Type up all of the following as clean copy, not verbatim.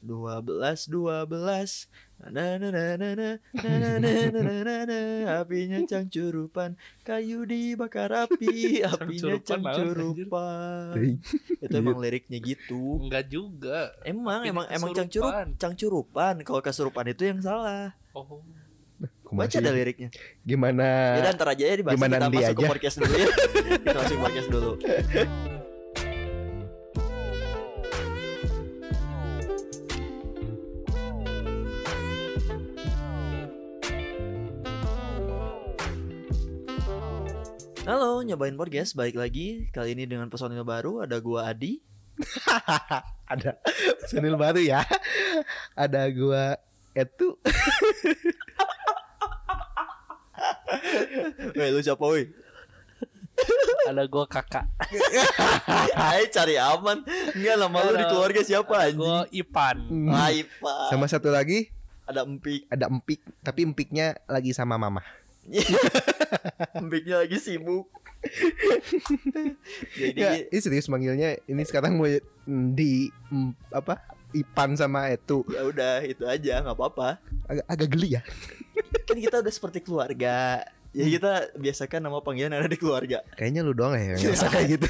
12 na na na na na na na na na, apinya cangcurupan, kayu dibakar api, apinya cangcurupan. Itu emang liriknya gitu. Enggak juga. Emang cangcurupan. Kalau kesurupan itu yang salah. Oh. Baca ada liriknya. Gimana? Ya ntar aja ya dibahas. Kita masuk ke podcast dulu ya. Kita masuk ke podcast dulu. Halo, nyobain podcast, balik lagi. Kali ini dengan personil baru, ada gua Adi. Ada personil baru ya. Ada gua Etu. Weh, lu siapa weh? Ada gua Kakak. Hai, cari aman. Enggak, nama lu di keluarga siapa anjing? Gua Ipan. Ipan. Sama satu lagi ada Empik. Ada Empik, tapi Empiknya lagi sama Mama. Empiknya lagi sibuk. Jadi ya, ini serius manggilnya. Ini sekarang mau di Ipan sama Etu. Ya udah, itu aja, nggak apa-apa. Agak geli ya. Kan kita udah seperti keluarga. Ya kita biasakan nama panggilan ada di keluarga. Kayaknya lu doang ya yang ngerasa kayak gitu.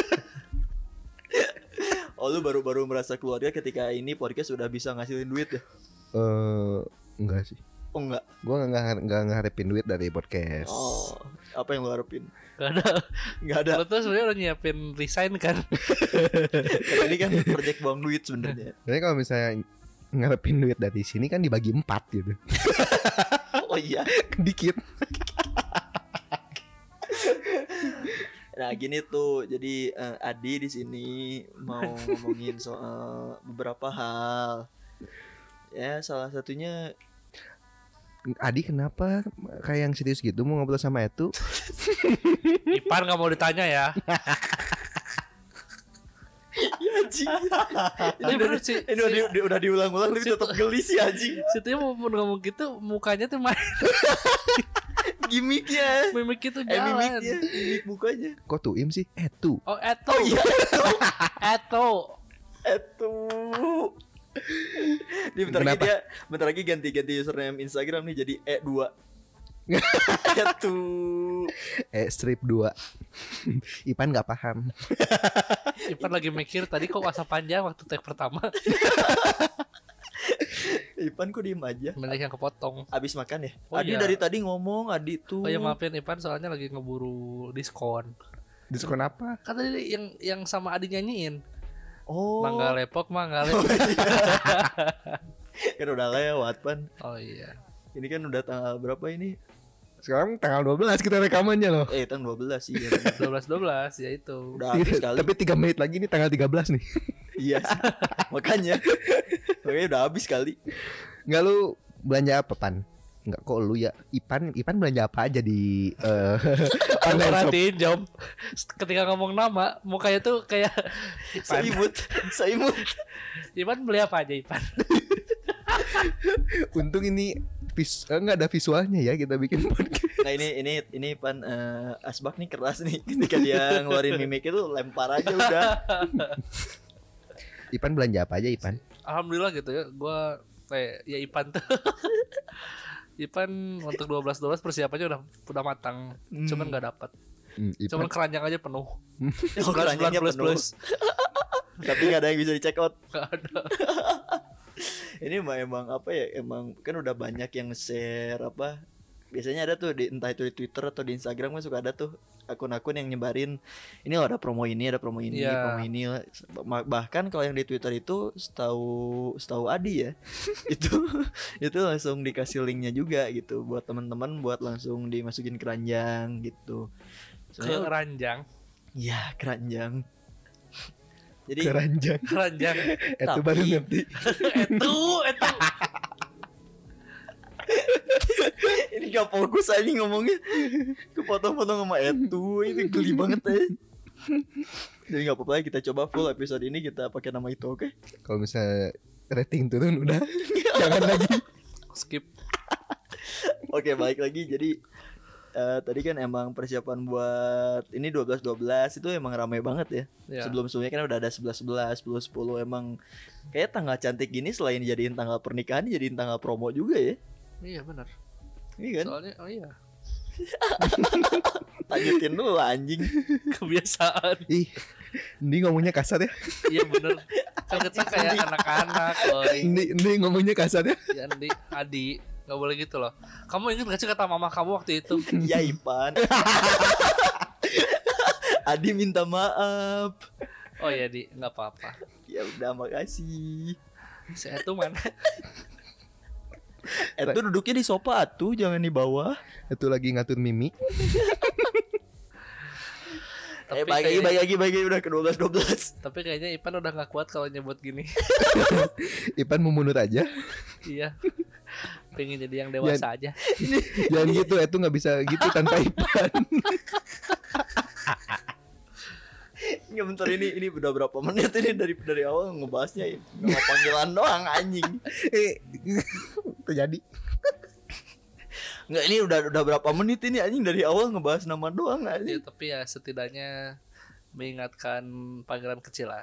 Oh, lu baru merasa keluarga ketika ini podcast udah bisa ngasilin duit ya? Enggak sih. Oh enggak. Gua enggak ngarepin duit dari podcast. Oh, apa yang lu harapin? Gak ada. Lo tuh sebenarnya udah nyiapin resign kan? Karena ini kan project buang duit sebenarnya. Jadi kalau misalnya ngarepin duit dari sini kan dibagi 4 gitu. Oh iya, dikit. Nah gini tuh, jadi Adi di sini mau ngomongin soal beberapa hal. Ya salah satunya, Adi kenapa kayak yang serius gitu mau ngobrol sama Etu? Ipan gak mau ditanya ya. ya anjing. Ini bener sih. Ini udah diulang-ulang tapi tetap geli sih anjing. Setiap mau ngomong gitu mukanya tuh main. Gimiknya. Mimik itu jalan. Mimik mukanya. Kok tuim sih? Etu. Oh Etu. Oh iya Etu. Bentar lagi ganti username Instagram nih jadi E2. Etu. Strip 2. Ipan gak paham. Ipan lagi mikir tadi kok masa panjang waktu tag pertama. Ipan kok diem aja. Banyak yang kepotong. Abis makan ya? Oh, Adi iya. dari tadi ngomong, Adi tuh. Oh ya maafin Ipan soalnya lagi ngeburu diskon. Diskon apa? Kan tadi yang sama Adi nyanyiin. Oh. Mangga lepok. Kan udah lewat Pan. Oh iya. Ini kan udah tanggal berapa ini? Sekarang tanggal 12 kita rekamannya loh. Tanggal 12 iya. 12 ya itu. Udah habis kali. Tapi 3 menit lagi nih tanggal 13 nih. Iya. Makanya udah habis kali. Enggak, lu belanja apa Pan? Enggak, kok lu ya. Ipan belanja apa aja di online shop? Perhatiin Jom. Ketika ngomong nama mukanya tuh kayak Saimut. Ipan beli apa aja Ipan? Untung ini enggak ada visualnya ya kita bikin podcast. Nah ini Pan, Asbak nih keras nih. Ketika dia ngeluarin mimik itu lempar aja udah. Ipan belanja apa aja Ipan? Alhamdulillah gitu ya. Gua ya Ipan tuh. Ipan untuk 12 persiapannya udah matang. Cuman enggak dapat. Cuman keranjang aja penuh. Keranjangnya plus. Tapi enggak ada yang bisa dicek out. Enggak ada. Ini emang apa ya? Emang kan udah banyak yang share apa? Biasanya ada tuh entah itu di Twitter atau di Instagram kan suka ada tuh akun-akun yang nyebarin ini loh, ada promo ini, promo ini. Bahkan kalau yang di Twitter itu setahu Adi ya. itu langsung dikasih linknya juga gitu buat teman-teman buat langsung dimasukin keranjang gitu. Keranjang. Iya, keranjang. Jadi keranjang. Itu baru ngerti. Itu. Ini gak fokus aja ngomongnya. Kepotong-potong sama itu geli banget ya. Jadi gak apa-apa, kita coba full episode ini kita pakai nama itu, oke? Kalau misalnya rating turun udah jangan lagi. Skip. Oke, balik lagi. Jadi tadi kan emang persiapan buat ini 12-12 itu emang ramai banget ya. Ya. Sebelum-sebelumnya kan udah ada 11-11, 10-10 emang kayak tanggal cantik gini selain jadiin tanggal pernikahan jadiin tanggal promo juga ya. Iya benar. Iya kan? Soalnya iya Lanjutin dulu anjing. kebiasaan. Ih, ini ngomongnya kasar ya. Iya benar. Kan kita kayak anak-anak, oi. Ini ngomongnya kasar ya. Ya Adi, nggak boleh gitu loh. Kamu ingat gak sih kata mama kamu waktu itu? Ya Ipan. Adi minta maaf. Oh ya Di, nggak apa-apa. Ya udah makasih. Saya tuh mana? Itu duduknya di sofa atuh, jangan di bawah. Itu lagi ngatur mimik. Tapi bagi kayaknya- udah ke 12-12. Tapi kayaknya Ipan udah nggak kuat kalau nyebut gini. Ipan mau mundur aja. Iya. Pengen jadi yang dewasa aja. Jangan gitu, itu nggak bisa gitu tanpa Ipan. Nggak bentar ini udah berapa menit ini dari awal ngebahasnya ya. Nama panggilan doang anjing. Terjadi. Nggak ini udah berapa menit ini anjing dari awal ngebahas nama doang Ya, anjing. tapi ya setidaknya mengingatkan panggilan kecil lah.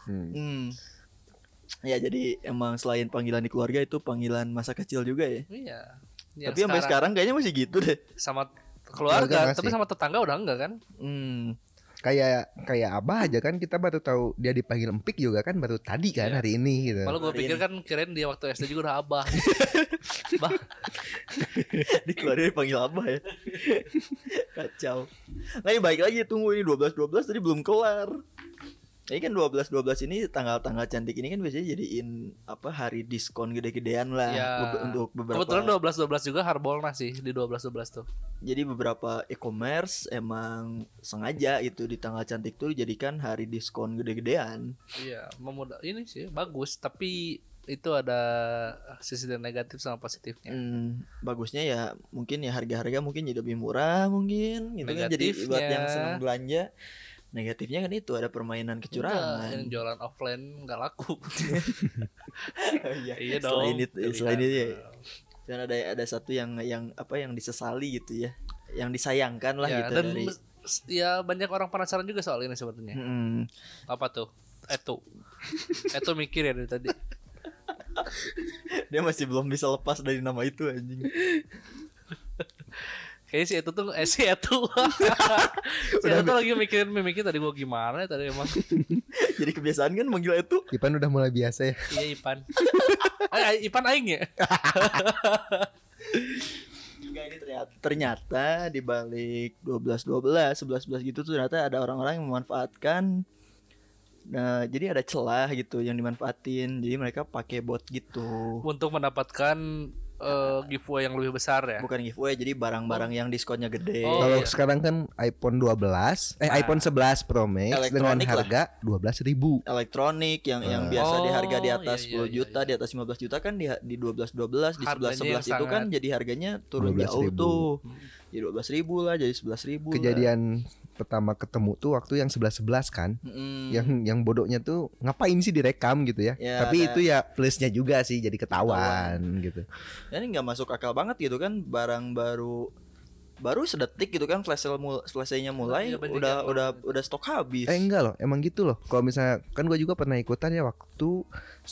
Ya jadi emang selain panggilan di keluarga itu panggilan masa kecil juga ya. Iya. Tapi sampai sekarang kayaknya masih gitu deh. sama Keluarga keluarga, masih. tapi sama tetangga udah enggak kan? Kayak Abah aja kan, kita baru tahu dia dipanggil Empik juga kan baru tadi kan, Iya. hari ini gitu. Malah gue Hari pikir ini. kan kirain dia waktu SD juga udah abah. Bah, Di keluarga dipanggil abah ya. Kacau. Nah ini balik lagi tunggu ini 12-12 tadi belum kelar. Ini kan 12-12 ini tanggal-tanggal cantik ini kan biasanya jadiin apa hari diskon gede-gedean lah Ya. untuk beberapa. kebetulan 12-12 juga Harbolnas sih di 12-12 tuh. Jadi beberapa e-commerce emang sengaja itu di tanggal cantik tuh dijadikan hari diskon gede-gedean. Iya, ini sih bagus, tapi itu ada sisi negatif sama positifnya. Bagusnya ya mungkin ya harga-harga mungkin jadi lebih murah mungkin gitu kan, jadi buat yang Negatifnya. senang belanja. Negatifnya kan itu ada permainan Enggak, kecurangan. yang jualan offline nggak laku. Iya, Iya selain dong. itu, selain itu ya. Kelihatan. Dan ada satu yang apa yang disesali gitu ya, yang disayangkan lah Ya, gitu dan dari. ya banyak orang penasaran juga soal ini sebetulnya. Mm-mm. Apa tuh? Itu mikir ya dari tadi. Dia masih belum bisa lepas dari nama itu anjing. Kayaknya si itu tuh si itu. Si itu lagi mikirin mimiknya tadi gua gimana ya tadi emang. Jadi kebiasaan kan manggil itu. Ipan udah mulai biasa ya. Iya Ipan. Ipan aing ya. Enggak, ini ternyata di balik 12-12, 11-11 gitu tuh ternyata ada orang-orang yang memanfaatkan. Nah, jadi ada celah gitu yang dimanfaatin. Jadi mereka pakai bot gitu. Untuk mendapatkan giveaway yang lebih besar ya. Bukan giveaway, jadi barang-barang yang diskonnya gede. Oh, Kalau iya. sekarang kan iPhone 12, iPhone 11 Pro Max dengan Elektronik lah. harga 12.000. Elektronik yang biasa di harga di atas iya, 10 juta, di atas 15 juta kan di 12-12, di Harganya 11-11 itu kan sangat- jadi harganya turun 12.000. jauh tuh. Jadi 12.000 lah, jadi 11.000 Kejadian pertama ketemu tuh waktu yang 11-11 kan. lah. Yang bodohnya tuh ngapain sih direkam gitu ya. Ya, Tapi ada- itu ya plusnya juga sih, jadi ketahuan gitu. Dan ini nggak masuk akal banget gitu kan, barang baru sedetik gitu kan flash-nya mulai Iya, banyak udah stok habis. Enggak loh, emang gitu loh. Kalau misalnya kan gue juga pernah ikutan ya waktu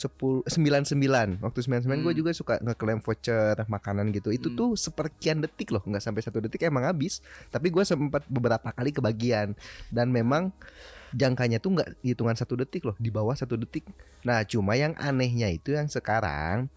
99. Waktu 99 gue juga suka ngeklaim voucher makanan gitu. Itu tuh seperkian detik loh, nggak sampai 1 detik emang habis. Tapi gue sempat beberapa kali kebagian dan memang jangkanya tuh nggak hitungan 1 detik loh, di bawah 1 detik. Nah, cuma yang anehnya itu yang sekarang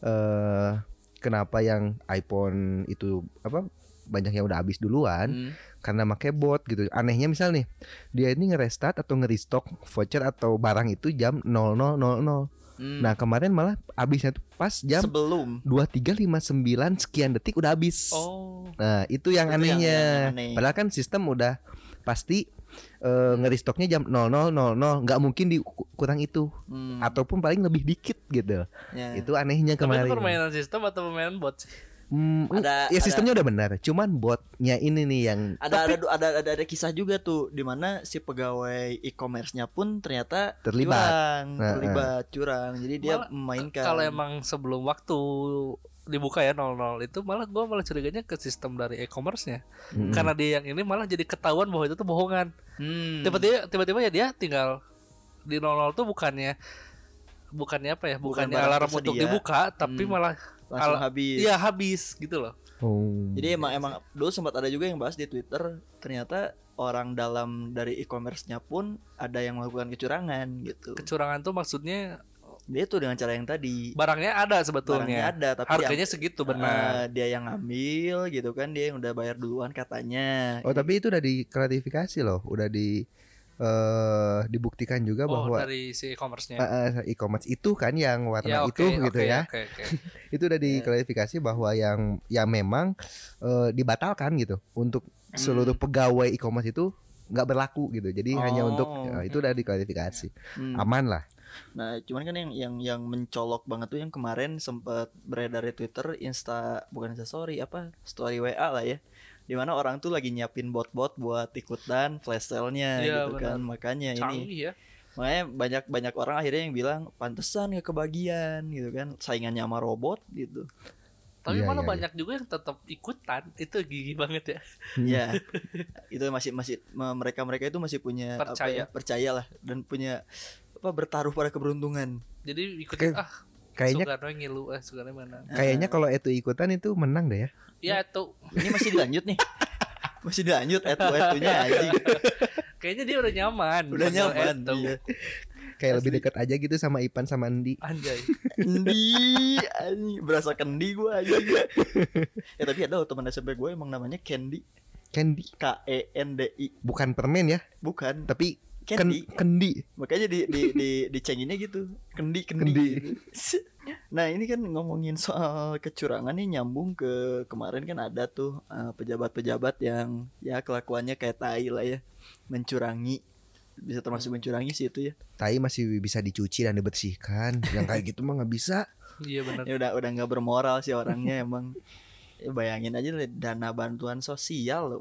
kenapa yang iPhone itu apa banyak yang udah habis duluan karena pakai bot gitu. Anehnya misal nih, dia ini nge-restart atau nge-restock voucher atau barang itu jam 00.00. Nah, kemarin malah habisnya tuh pas jam Sebelum 23.59 sekian detik udah habis. Oh. Nah, itu yang Itu anehnya. yang aneh. Padahal kan sistem udah pasti nge-restocknya jam 00.00, nggak mungkin kurang itu. Ataupun paling lebih dikit gitu. Ya. Itu anehnya Tapi itu kemarin. permainan sistem atau permainan bot sih? Ada- Ya sistemnya udah benar, cuman botnya ini nih yang ada kisah juga tuh di mana si pegawai e-commerce-nya pun ternyata Terlibat. curang. Jadi dia Malah, memainkan. Kalau emang sebelum waktu dibuka ya 00 itu malah gue malah curiganya ke sistem dari e-commerce-nya. Karena dia yang ini malah jadi ketahuan bahwa itu tuh bohongan. Tiba-tiba ya dia tinggal di 00 tuh bukannya apa ya, bukannya barang alarm tersedia. untuk dibuka, tapi malah Langsung habis. Iya habis gitu loh. Jadi emang dulu sempat ada juga yang bahas di Twitter, ternyata orang dalam dari e-commerce-nya pun ada yang melakukan kecurangan gitu. Kecurangan tuh maksudnya Dia tuh dengan cara yang tadi. barangnya ada sebetulnya. Barangnya ada, tapi harganya segitu benar. dia yang ngambil gitu kan, dia yang udah bayar duluan katanya. Oh tapi itu udah diklarifikasi loh, udah dibuktikan juga bahwa Dari si e-commerce-nya. e-commerce itu kan yang warna oke, itu gitu ya. Oke. Itu udah diklarifikasi bahwa yang memang dibatalkan gitu untuk seluruh pegawai e-commerce itu nggak berlaku gitu. Jadi hanya untuk itu udah diklarifikasi. Aman lah. Nah, cuman kan yang mencolok banget tuh yang kemarin sempat beredar di Twitter, bukan story WA lah ya. Dimana orang tuh lagi nyiapin bot-bot buat ikutan flash sale-nya gitu kan. Makanya canggih ini ya. makanya banyak orang akhirnya yang bilang pantesan gak kebagian gitu kan, saingannya sama robot gitu. Tapi Iya, malah iya, banyak juga yang tetap ikutan. Itu gigi banget ya. Ya, itu masih mereka itu masih punya percaya lah, dan punya bertaruh pada keberuntungan. Jadi ikut Kayaknya Sugarno ngilu Sugarno mana? kayaknya kalau itu ikutan itu menang deh ya. Ya itu. Ini masih dilanjut nih. Masih dilanjut etunya aja. Kayaknya dia udah nyaman. Udah nyaman. Iya. Kayak lebih dekat aja gitu sama Ipan sama Andi. Anjay. Kendi, berasa kendi gue aja. Ya tapi ada teman SMP gue emang namanya Candy. Candy. KENDI. Bukan permen ya, Bukan. tapi Candy. kendi. Makanya dicenginnya gitu. Kendi. Gitu. Nah ini kan ngomongin soal kecurangan nih, nyambung ke kemarin kan ada tuh pejabat-pejabat yang ya kelakuannya kayak tai lah ya, mencurangi, bisa termasuk mencurangi sih itu ya. Tai masih bisa dicuci dan dibersihkan. Yang kayak gitu mah nggak bisa. Iya benar. Ya udah nggak bermoral sih orangnya emang. Ya bayangin aja dana bantuan sosial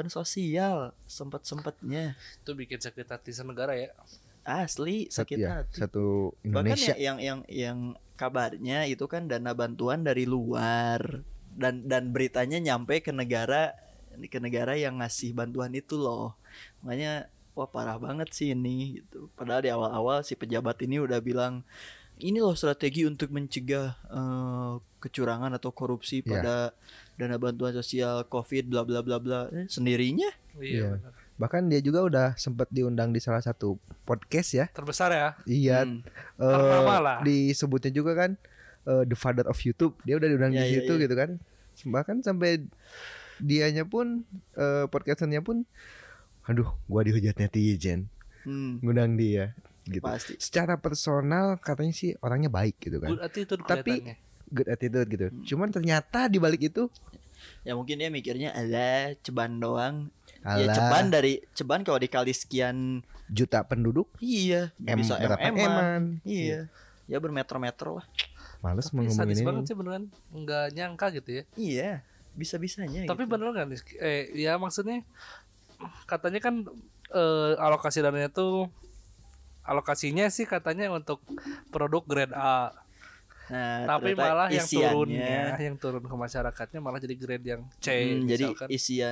sempetnya Itu bikin sakit hati senegara ya. asli sakit hati. Satu Bahkan Indonesia. yang kabarnya itu kan dana bantuan dari luar, dan beritanya nyampe ke negara yang ngasih bantuan itu loh. Makanya wah parah banget sih ini gitu. Padahal di awal-awal si pejabat ini udah bilang ini loh strategi untuk mencegah kecurangan atau korupsi pada dana bantuan sosial COVID bla bla bla bla. Sendirinya. Iya. Bahkan dia juga udah sempat diundang di salah satu podcast ya. Terbesar ya. Iya. Ternama lah. Disebutnya juga kan the father of YouTube. Dia udah diundang di situ gitu kan. Bahkan sampai dianya pun podcasternya pun, aduh, gua dihujat netizen. Ngundang dia gitu. Pasti. Secara personal katanya sih orangnya baik gitu kan. Good attitude Tapi good attitude gitu. Cuman ternyata di balik itu ya mungkin dia mikirnya alah ceban doang. alah, Ya ceban kalau dikali sekian juta penduduk. iya bisa berapa eman. Iya. Ya bermeter-meter lah. Males Tapi ngomongin sadis ini. banget sih beneran. Nggak nyangka gitu ya. Iya, bisa-bisanya Tapi gitu. bener kan ya maksudnya katanya kan alokasi dananya tuh, alokasinya sih katanya untuk produk grade A. Nah, Tapi ternyata malah yang isiannya- yang turun ke masyarakatnya malah jadi grade yang C. jadi misalkan.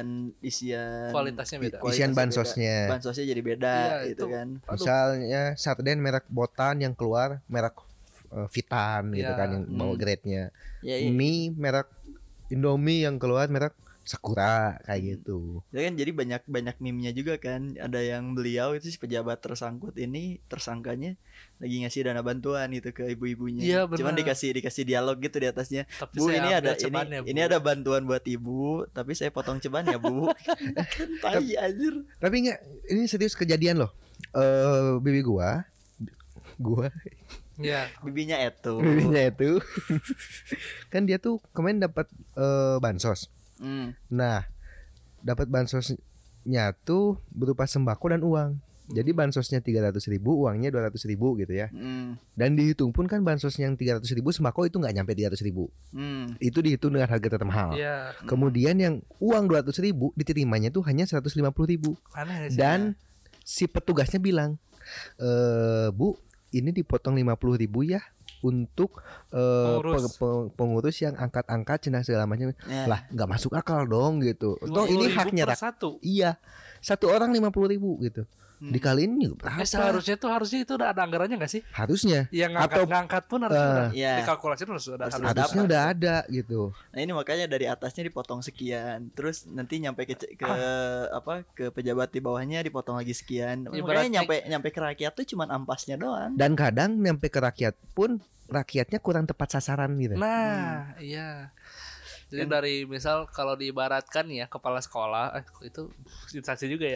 isian Kualitasnya beda. Isian bansosnya. Bansosnya jadi beda Iya, gitu itu. kan. Aduh. Misalnya sarden merek Botan yang keluar merek Vitan gitu Iya. kan yang bawa grade-nya. Ya, iya. Mie merek Indomie yang keluar merek Sakura kayak gitu. Ya kan, jadi banyak meme-nya juga kan. Ada yang beliau itu si pejabat tersangkanya lagi ngasih dana bantuan gitu ke ibu-ibunya. Iya, Cuman benar. dikasih dialog gitu di atasnya. Tapi Bu, saya ini ambil ada cebannya, Bu. ini ada bantuan buat ibu, tapi saya potong ceban ya, Bu. Kan tai anjir. Tapi enggak, ini serius kejadian loh. Bibi gua Ya. Bibinya itu. bibinya itu kan dia tuh kemarin dapat bansos. Nah, dapat bansosnya tuh berupa sembako dan uang. Jadi bansosnya 300.000, uangnya 200.000 gitu ya. Dan dihitung pun kan bansos yang 300.000 sembako itu nggak nyampe 300.000. Itu dihitung dengan harga termahal. Iya. Kemudian yang uang 200.000 diterimanya tuh hanya 150.000. Aneh sih. Dan si petugasnya bilang, Bu, ini dipotong 50.000 ya. untuk pengurus yang angkat-angkat cenah segala macam. Ya. Lah nggak masuk akal dong gitu. Toh ini 50.000 haknya per satu. Iya, satu orang 50.000 gitu. Dikaliin juga berapa? Seharusnya itu udah ada anggarannya nggak sih? Harusnya. Yang Atau ngangkat pun harus udah Iya. dikalkulasi harus udah Harus harus harusnya dapat. udah ada gitu. Nah ini makanya dari atasnya dipotong sekian, terus nanti nyampe ke apa ke pejabat di bawahnya dipotong lagi sekian. Ibaratnya- Makanya nyampe ke rakyat tuh cuman ampasnya doang. Dan kadang nyampe ke rakyat pun rakyatnya kurang tepat sasaran gitu. Nah, iya. Jadi dari misal kalau diibaratkan ya kepala sekolah itu instansi juga ya.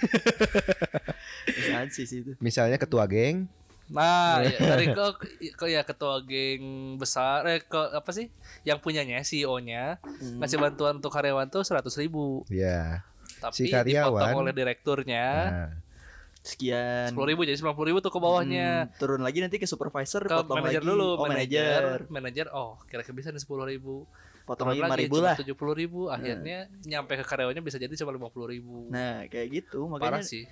Instansi sih itu. Misalnya ketua geng, Nah, ya, dari ke ya ketua geng besar ke apa sih? Yang punyanya CEO-nya ngasih bantuan untuk karyawan tuh 100.000. ya. Tapi Si karyawan, dipotong oleh direkturnya Nah, Sekian. 10.000 jadi 90.000 tuh ke bawahnya. Turun lagi nanti ke supervisor, Ke potong manajer lagi. dulu, Oh, manajer. Oh, kira-kira bisa nih 10.000. Potong lagi 5.000 lah. 70.000. Akhirnya nyampe ke karyawannya bisa jadi cuma 50.000. Nah, kayak gitu. Parah Makanya sih.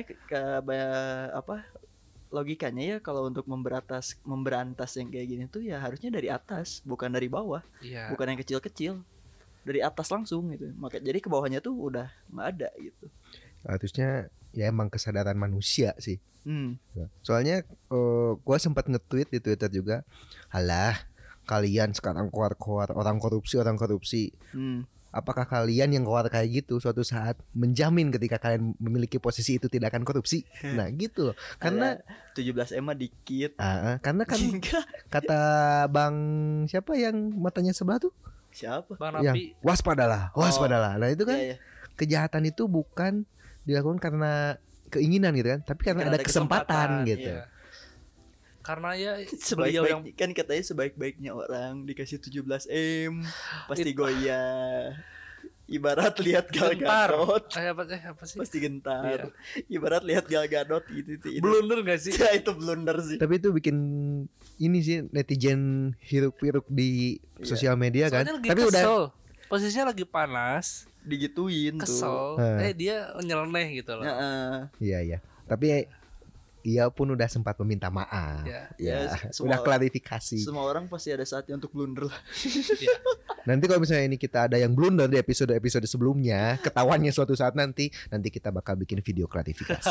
apa logikanya ya kalau untuk memberantas yang kayak gini tuh ya harusnya dari atas, bukan dari bawah, Iya. bukan yang kecil-kecil. Dari atas langsung gitu. Maka jadi ke bawahnya tuh udah nggak ada gitu. harusnya ya emang kesadaran manusia sih. Hmm. Soalnya gua sempat nge-tweet di Twitter juga, halah kalian sekarang keluar-keluar orang korupsi. Hmm. Apakah kalian yang keluar kayak gitu suatu saat menjamin ketika kalian memiliki posisi itu tidak akan korupsi? Nah gitu loh. Karena 17M mah dikit. karena kan kata Bang siapa yang matanya sebelah tuh, Siapa? Bang yang Napi. waspadalah. Nah itu kan Iya, iya. kejahatan itu bukan dilakukan karena keinginan gitu kan, tapi karena ada kesempatan gitu. Iya. Karena ya beliau Sebaik-baik yang kan katanya sebaik-baiknya orang dikasih 17M pasti goyah. Ibarat lihat Gal gentar. Gadot Apa sih? pasti gentar. Iya. Ibarat lihat Gal Gadot itu. Blunder gak sih? Ya, itu blunder sih. Tapi itu bikin ini sih netizen hiruk-pikuk di sosial media kan. Soalnya lagi Tapi kesel. udah Posisinya lagi panas, Digituin kesel. tuh. Dia nyeleneh gitu loh. Heeh. iya. Tapi ia pun udah sempat meminta maaf. Ya. Ya, Ya, semua- udah klarifikasi. Semua orang pasti ada saatnya untuk blunder lah. Iya. Nanti kalau misalnya ini kita ada yang blunder di episode-episode sebelumnya, ketahuannya suatu saat nanti kita bakal bikin video klarifikasi.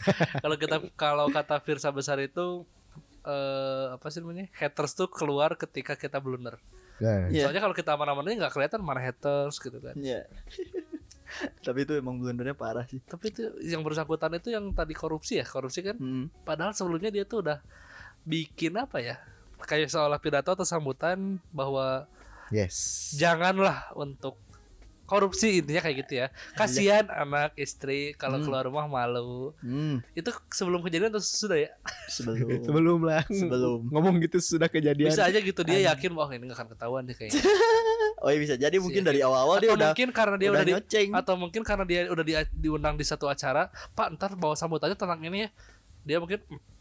Kalau kata Firsa Besar itu apa sih namanya? Haters tuh keluar ketika kita blunder. Nah, Iya. Soalnya kalau kita aman-aman ini nggak kelihatan mana haters gitu kan. Iya. Tapi itu emang blundernya parah sih. Tapi itu yang bersangkutan itu yang tadi korupsi kan. Hmm. Padahal sebelumnya dia tuh udah bikin apa ya? Kayak seolah pidato atau sambutan bahwa yes. janganlah untuk korupsi, intinya kayak gitu ya. Kasihan anak istri kalau keluar rumah malu. Itu sebelum kejadian atau sudah ya? Sebelum. Sebelum lah. Sebelum. Ngomong gitu sudah kejadian. Bisa aja gitu dia yakin bahwa ini gak akan ketahuan deh kayaknya. Oh iya bisa jadi mungkin Iya. dari awal dia Atau udah mungkin karena dia udah udah nyoceng. atau mungkin karena dia udah diundang di satu acara, Pak ntar bawa sambutannya tentang ini ya. Dia mungkin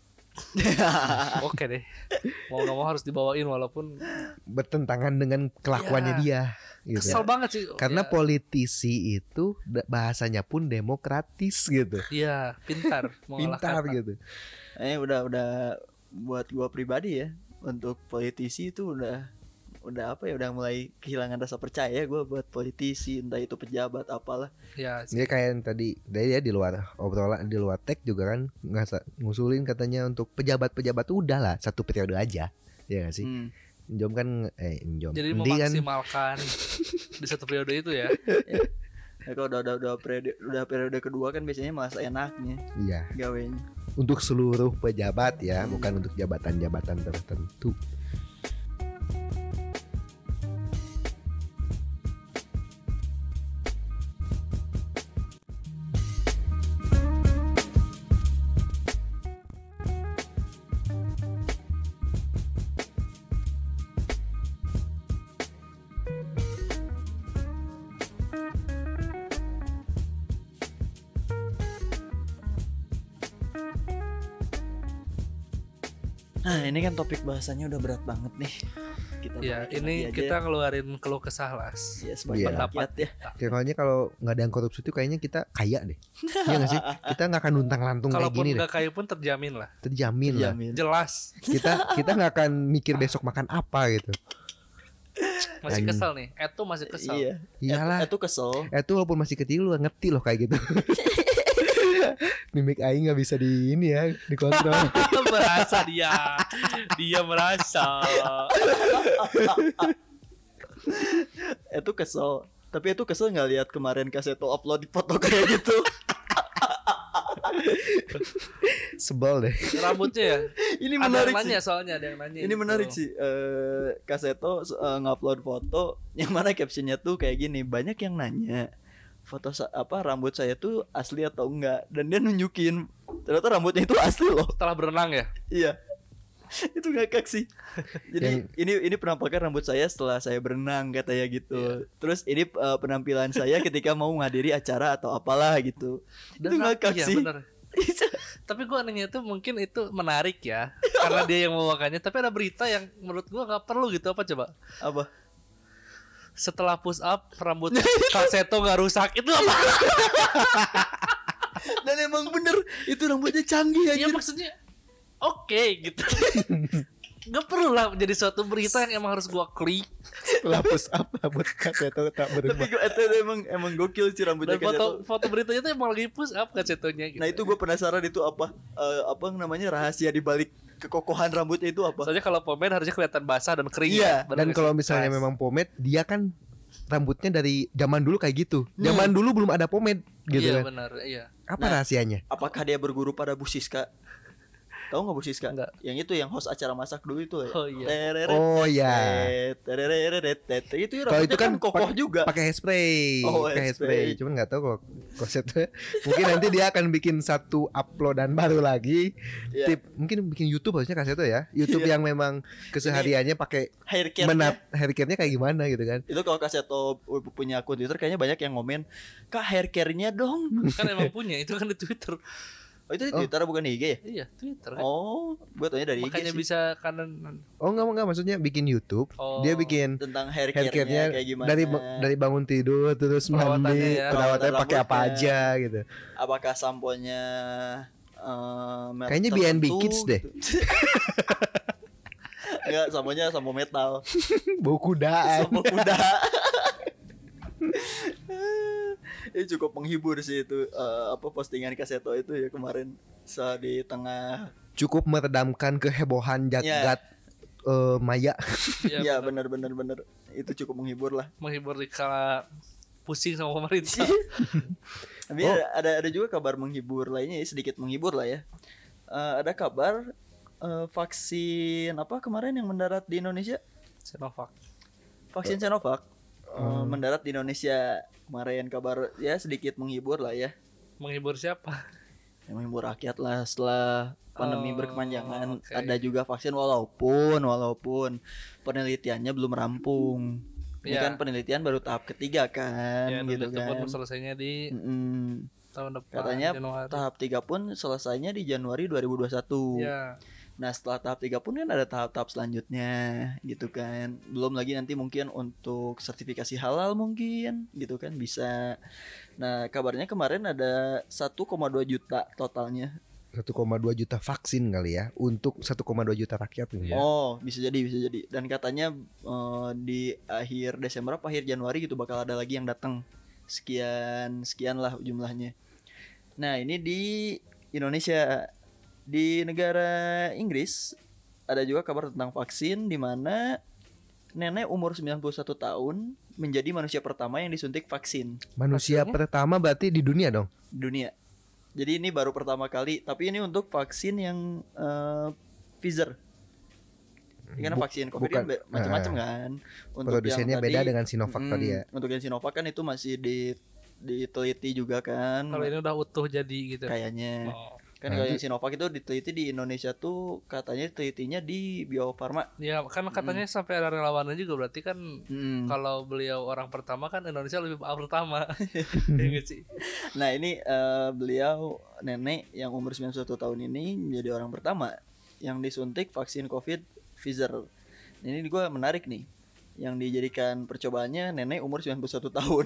oke deh. Mau nggak mau harus dibawain walaupun bertentangan dengan kelakuannya dia. Gitu. kesel banget sih. Karena Ya, politisi itu bahasanya pun demokratis gitu. iya pintar mengolah Pintar kata. gitu. Udah buat gua pribadi ya untuk politisi itu udah apa ya udah mulai kehilangan rasa percaya gua buat politisi entah itu pejabat apalah. Ya, Dia kayak yang tadi dia di luar obrolan di luar teks juga kan ngusulin katanya untuk pejabat-pejabat udahlah 1 periode aja. Ya gak sih? Njom kan Njom. jadi Endi kan memaksimalkan di satu periode itu ya. Ya, kalau udah periode kedua kan biasanya masa enaknya iya, gawenya. untuk seluruh pejabat ya, bukan untuk jabatan-jabatan tertentu. Nah ini kan topik bahasanya udah berat banget nih. kita Ya, balikin ini lagi aja. kita ngeluarin keluh kesah lah. Ya sebagai Iya. rakyat ya. Kayaknya kalau nggak ada yang korupsi tuh kayaknya kita kaya deh. Iya nggak sih? Kita nggak akan luntang-lantung kayak Kalaupun gini deh. nggak kaya pun terjamin lah. Terjamin lah. Jamin. Jelas. Kita nggak akan mikir besok makan apa gitu. Masih Anjing. kesel nih. Etu masih kesel. Iya. Iyalah. Itu kesel. Itu walaupun masih kecil lu ngerti loh kayak gitu. Mimik aing nggak bisa di ini ya dikontrol. Merasa dia merasa. Itu kesel. Tapi itu kesel nggak lihat kemarin Kaseto upload foto kayak gitu. Sebel deh. Rambutnya ya. Ini Ada menarik yang nanya sih. soalnya, ada yang nanya. Ini gitu. menarik sih. Kaseto ngupload foto yang mana captionnya tuh kayak gini. Banyak yang nanya foto rambut saya tuh asli atau enggak, dan dia nunjukin ternyata rambutnya itu asli loh. Setelah berenang ya. Iya. Itu ngakak sih. Jadi ini penampakan rambut saya setelah saya berenang katanya gitu. Terus ini penampilan saya ketika mau menghadiri acara atau apalah gitu. Itu ngakak iya, sih. bener. Tapi gue anehnya tuh mungkin itu menarik ya, karena dia yang membawakannya. Tapi ada berita yang menurut gue nggak perlu gitu. Apa coba? Apa? Setelah push up rambut Kaseto nggak rusak, itu apa? Dan emang bener itu rambutnya canggih aja. Iya maksudnya oke gitu. Gak perlu lah jadi suatu berita yang emang harus gua klik. Setelah push up rambut Kaseto tak Tapi berubah. itu emang gokil sih rambutnya Dan Kaseto. foto beritanya tuh emang lagi push up Kasetonya gitu. Nah itu gue penasaran itu apa namanya rahasia di balik kekokohan rambutnya itu apa? Soalnya kalau pomade harusnya kelihatan basah dan kering. Iya, Bener Dan nggak kalau sih? misalnya Pas. memang pomade, dia kan rambutnya dari zaman dulu kayak gitu. Zaman dulu belum ada pomade gitu iya kan. benar, iya. Apa rahasianya? Apakah dia berguru pada Bu Siska? Tahu nggak Bu Siska? Enggak. Yang itu yang host acara masak dulu itu ya. Oh, iya. Oh ya. Itu Kalau rambutnya itu kan kokoh juga. Pakai hairspray. Oh, Pakai hairspray. hairspray. Cuman nggak tahu kalau konsepnya. Mungkin nanti dia akan bikin satu uploadan baru lagi. Iya. Mungkin bikin YouTube harusnya Kaseto ya. YouTube Iya. yang memang kesehariannya pakai Hair care. hair care-nya kayak gimana gitu kan. Itu kalau Kaseto punya akun Twitter kayaknya banyak yang ngomen, "Kak, hair care-nya dong." Kan emang punya, itu kan di Twitter. Oh, itu di Twitter bukan di IG ya? Iya, Twitter kan. Oh, gue taunya dari Makanya IG sih. bisa kanan. Oh enggak maksudnya bikin YouTube. Oh. Dia bikin Tentang hair hair care-nya care-nya kayak gimana. dari bangun tidur terus Perawatannya mandi, ya. perawatannya Perawatan pakai apa rambutnya. aja gitu. Apakah samponya merek Kayaknya BNB tertentu Kids deh. gitu. Enggak, samponya sampo metal. Bau kudaan. Sampo kuda. Ini cukup menghibur sih itu postingan Kaseto itu ya kemarin di tengah. Cukup meredamkan kehebohan jagat maya. Iya benar. Itu cukup menghibur lah. Menghibur di kala pusing sama pemerintah. Tapi ada juga kabar menghibur lainnya ya, sedikit menghibur lah ya. Ada kabar vaksin apa kemarin yang mendarat di Indonesia? Sinovac. Vaksin Sinovac mendarat di Indonesia kemarin, kabar ya sedikit menghibur lah ya. Menghibur siapa? Ya, menghibur rakyat lah setelah pandemi berkepanjangan. oke. Ada juga vaksin walaupun penelitiannya belum rampung. Ini Ya. kan penelitian baru tahap ketiga kan, Ya, gitu itu pun kan. selesainya di Mm-mm. tahun depan. Katanya Januari. tahap 3 pun selesainya di Januari 2021. Ya. Nah setelah tahap 3 pun kan ada tahap-tahap selanjutnya gitu kan. Belum lagi nanti mungkin untuk sertifikasi halal mungkin gitu kan bisa. Nah kabarnya kemarin ada 1,2 juta totalnya. 1,2 juta vaksin kali ya untuk 1,2 juta rakyat gitu ya. Oh bisa jadi. Dan katanya di akhir Desember apa akhir Januari gitu bakal ada lagi yang datang. Sekian lah jumlahnya. Nah ini di Indonesia. Di negara Inggris ada juga kabar tentang vaksin di mana nenek umur 91 tahun menjadi manusia pertama yang disuntik vaksin Manusia Vaksinnya? pertama berarti di dunia dong. di dunia. Jadi ini baru pertama kali, tapi ini untuk vaksin yang Pfizer. Ini kan vaksin COVID kan bukan. macam-macam kan. Untuk Produsennya yang beda tadi, dengan Sinovac tadi ya. Untuk yang Sinovac kan itu masih diteliti juga kan. Kalau ini udah utuh jadi gitu. Kayaknya. Oh. Kan kalau yang Sinovac itu diteliti di Indonesia tuh katanya telitinya di Bio Farma. Ya kan katanya sampai ada relawannya juga, berarti kan Mm. kalau beliau orang pertama kan Indonesia lebih pertama. Ya nggak sih? Nah ini beliau nenek yang umur 91 tahun ini menjadi orang pertama yang disuntik vaksin COVID Pfizer. Ini gue menarik nih. Yang dijadikan percobaannya nenek umur 91 tahun.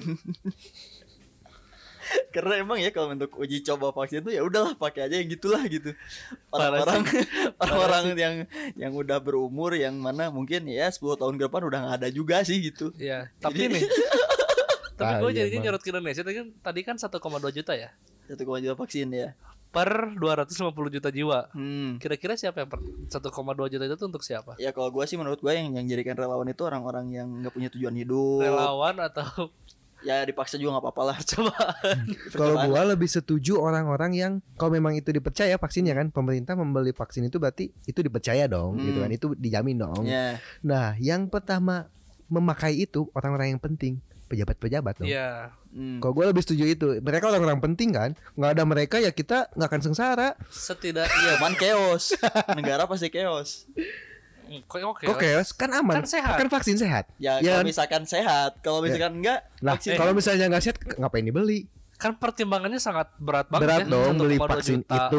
Karena emang ya kalau untuk uji coba vaksin tuh ya udahlah pakai aja yang gitulah gitu. Orang-orang yang udah berumur yang mana mungkin ya 10 tahun ke depan udah nggak ada juga sih gitu. Iya, tapi nih. Tapi gue jadinya nyorot ke Indonesia tadi kan 1,2 juta ya. 1,2 juta vaksin ya. Per 250 juta jiwa. Kira-kira siapa yang 1,2 juta itu tuh untuk siapa? Ya kalau gue sih menurut gue yang jadikan relawan itu orang-orang yang nggak punya tujuan hidup. Relawan atau ya dipaksa juga nggak apa-apa lah. Kalau gue lebih setuju orang-orang yang kalau memang itu dipercaya vaksinnya kan, pemerintah membeli vaksin itu berarti itu dipercaya dong, gitu kan, itu dijamin dong. Nah, yang pertama memakai itu orang-orang yang penting, pejabat-pejabat dong. Kalau gue lebih setuju itu, mereka orang-orang penting kan, nggak ada mereka ya kita nggak akan sengsara. Setidaknya cuman chaos, negara pasti chaos. Kok chaos? Kan aman, kan sehat. Kan vaksin sehat. Ya kalau misalkan sehat, kalau misalkan enggak, lah kalau misalnya nggak sehat ngapain dibeli? Kan pertimbangannya sangat berat banget. Berat dong beli vaksin itu.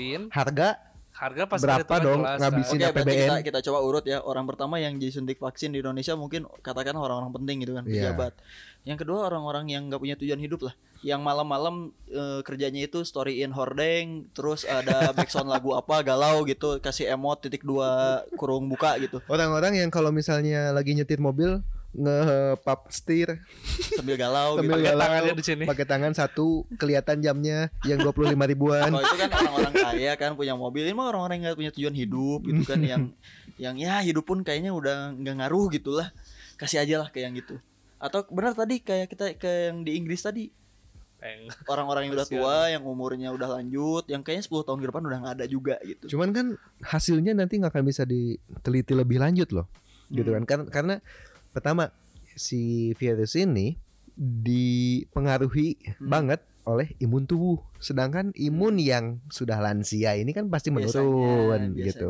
Harga pasti berapa dong ngabisin APBN? Kita coba urut ya. Orang pertama yang jadi suntik vaksin di Indonesia mungkin katakan orang-orang penting gitu kan, pejabat. Yang kedua orang-orang yang nggak punya tujuan hidup lah, yang malam-malam kerjanya itu storyin hordeng, terus ada backsound lagu apa galau gitu, kasih emot .2 kurung buka gitu. Orang-orang yang kalau misalnya lagi nyetir mobil nge-pap setir sambil galau sambil gitu. Tangannya di sini. Pakai tangan satu kelihatan jamnya yang 25 ribuan. Kalau itu kan orang-orang kaya kan punya mobil, ini mah orang-orang yang nggak punya tujuan hidup gitu kan, yang ya hidup pun kayaknya udah nggak ngaruh gitulah, kasih aja lah kayak yang gitu. Atau benar tadi kayak kita ke yang di Inggris tadi, orang-orang yang udah tua, yang umurnya udah lanjut, yang kayaknya 10 tahun ke depan udah nggak ada juga gitu. Cuman kan hasilnya nanti nggak akan bisa diteliti lebih lanjut loh, gitu kan? Karena pertama si virus ini dipengaruhi banget oleh imun tubuh, sedangkan imun yang sudah lansia ini kan pasti menurun gitu.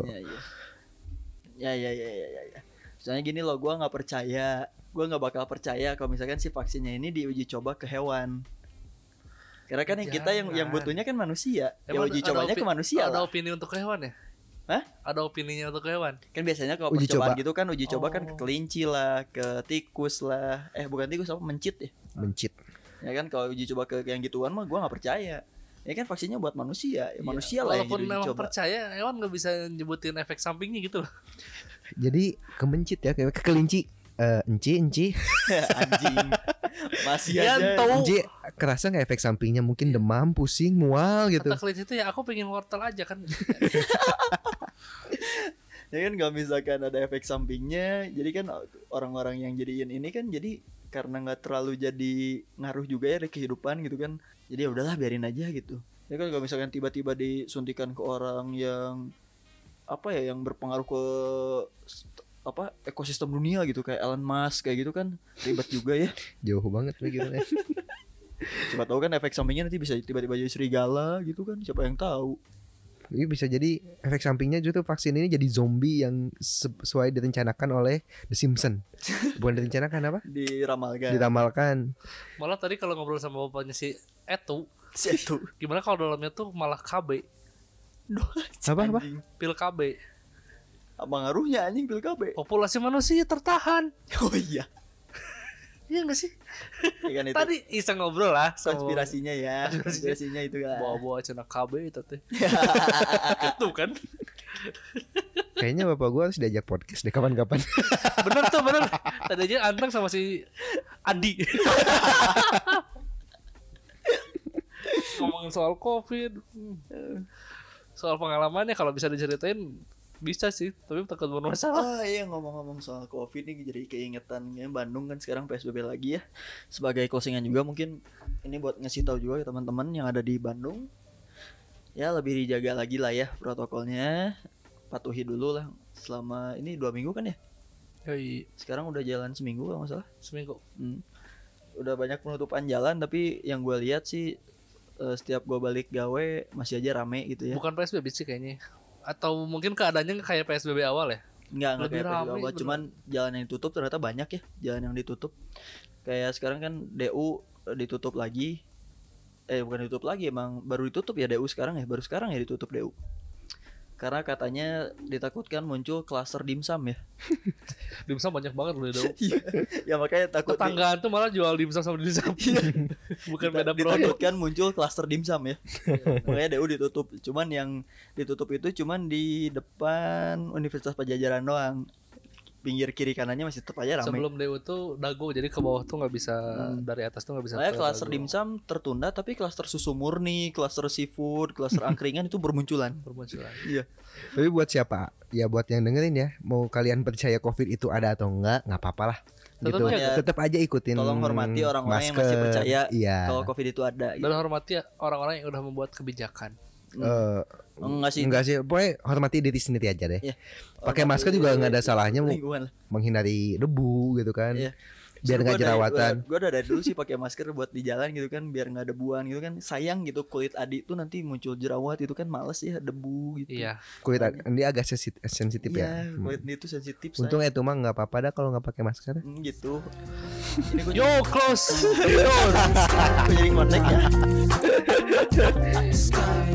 Ya. Soalnya gini loh, gue nggak bakal percaya kalau misalkan si vaksinnya ini diuji coba ke hewan. Karena kan kita yang butuhnya kan manusia. Emang ya uji cobanya ke manusia ada lah. Opini untuk ke hewan ya? Hah? Ada opininya untuk hewan? Kan biasanya kalau percobaan gitu kan uji coba kan ke kelinci lah, ke tikus lah. Bukan tikus apa, mencit ya? Mencit. Ya kan kalau uji coba ke yang gituan mah gue nggak percaya. Ya kan vaksinnya buat manusia, manusia lah yang walaupun memang coba. Percaya, hewan nggak bisa nyebutin efek sampingnya gitu loh. Jadi ke mencit ya, kayak ke kelinci. Enci anjing masih aja Enci kerasa nggak efek sampingnya, mungkin demam, pusing, mual gitu. Kata kelinci itu ya aku pengen wortel aja kan. Ya kan kalau misalkan ada efek sampingnya, jadi kan orang-orang yang jadiin ini kan jadi karena nggak terlalu jadi ngaruh juga ya di kehidupan gitu kan, jadi ya udahlah biarin aja gitu. Ya kan kalau misalkan tiba-tiba disuntikan ke orang yang apa ya, yang berpengaruh ke ekosistem dunia gitu kayak Elon Musk kayak gitu kan ribet juga ya. Jauh banget mikirnya. Coba tahu kan efek sampingnya nanti bisa tiba-tiba jadi serigala gitu kan, siapa yang tahu. Ini bisa jadi efek sampingnya justru vaksin ini jadi zombie yang sesuai direncanakan oleh The Simpsons. Bukan direncanakan apa? Diramalkan. Malah tadi kalau ngobrol sama bapaknya si Etu, gimana kalau dalamnya tuh malah KB. Apa? Pil KB. Apa ngaruhnya anjing pil KB? Populasi manusia tertahan. Oh iya. Iya gak sih? Ya kan itu. Tadi iseng ngobrol lah konspirasinya ya. Konspirasinya itu kan. Bawa-bawa cina KB itu teh. Itu kan. Kayaknya bapak gua harus diajak podcast deh kapan-kapan. bener. Tadi aja anteng sama si Adi. Ngomongin soal COVID. Soal pengalamannya kalau bisa diceritain bisa sih, tapi takut bermasalah. Iya, ngomong-ngomong soal COVID nih jadi keingetannya Bandung kan sekarang PSBB lagi ya. Sebagai closingan juga mungkin ini buat ngasih tahu juga ke teman-teman yang ada di Bandung. Ya lebih dijaga lagi lah ya protokolnya. Patuhi dulu lah selama ini 2 minggu kan ya. Yoi. Sekarang udah jalan seminggu kalau nggak salah. Seminggu. Udah banyak penutupan jalan, tapi yang gue lihat sih setiap gue balik gawe masih aja rame gitu ya. Bukan PSBB sih kayaknya. Atau mungkin keadaannya kayak PSBB awal ya? Enggak kayak PSBB awal, cuman jalan yang ditutup ternyata banyak ya, jalan yang ditutup. Kayak sekarang kan DU ditutup lagi. Bukan ditutup lagi, emang baru ditutup ya DU sekarang ya, baru sekarang ya ditutup DU. Karena katanya ditakutkan muncul klaster dimsum ya. Dimsum banyak banget loh itu. Ya makanya takut Tetanggaan tuh malah jual dimsum sama dimsum. Bukan beda produk. ditakutkan muncul klaster dimsum ya. Makanya DU ditutup. Cuman yang ditutup itu cuman di depan Universitas Padjadjaran doang. Pinggir kiri kanannya masih tetap aja ramai. Sebelum DU tuh dago, jadi ke bawah tuh nggak bisa, dari atas tuh nggak bisa. Makanya ke klaster dago. dimsum tertunda, tapi klaster susu murni, klaster seafood, klaster angkringan itu bermunculan. Bermunculan. Iya. Tapi buat siapa? Ya buat yang dengerin ya. Mau kalian percaya COVID itu ada atau enggak apa-apa lah. Tetep Gitu. aja. Tetap aja ikutin. Tolong hormati orang-orang yang masih masker. percaya Iya. kalau COVID itu ada. Gitu. Dan hormati orang-orang yang udah membuat kebijakan. Enggak sih. Enggak sih, pokoknya hormati diri sendiri aja deh. Iya. Pakai masker juga nggak ada salahnya, Lingkungan lah. menghindari debu gitu kan. Iya. Biar nggak jerawatan. Gue udah dari dulu sih pakai masker buat di jalan gitu kan, biar nggak debuan gitu kan. Sayang gitu kulit adik tuh nanti muncul jerawat itu kan males ya, debu gitu. Iya. Kulit dia agak sensitif ya. Iya, kulit dia tuh sensitif. Untung itu mah nggak apa-apa dah kalau nggak pakai masker. Gitu. Ini gue Yo close. jadi ngondek ya. Sky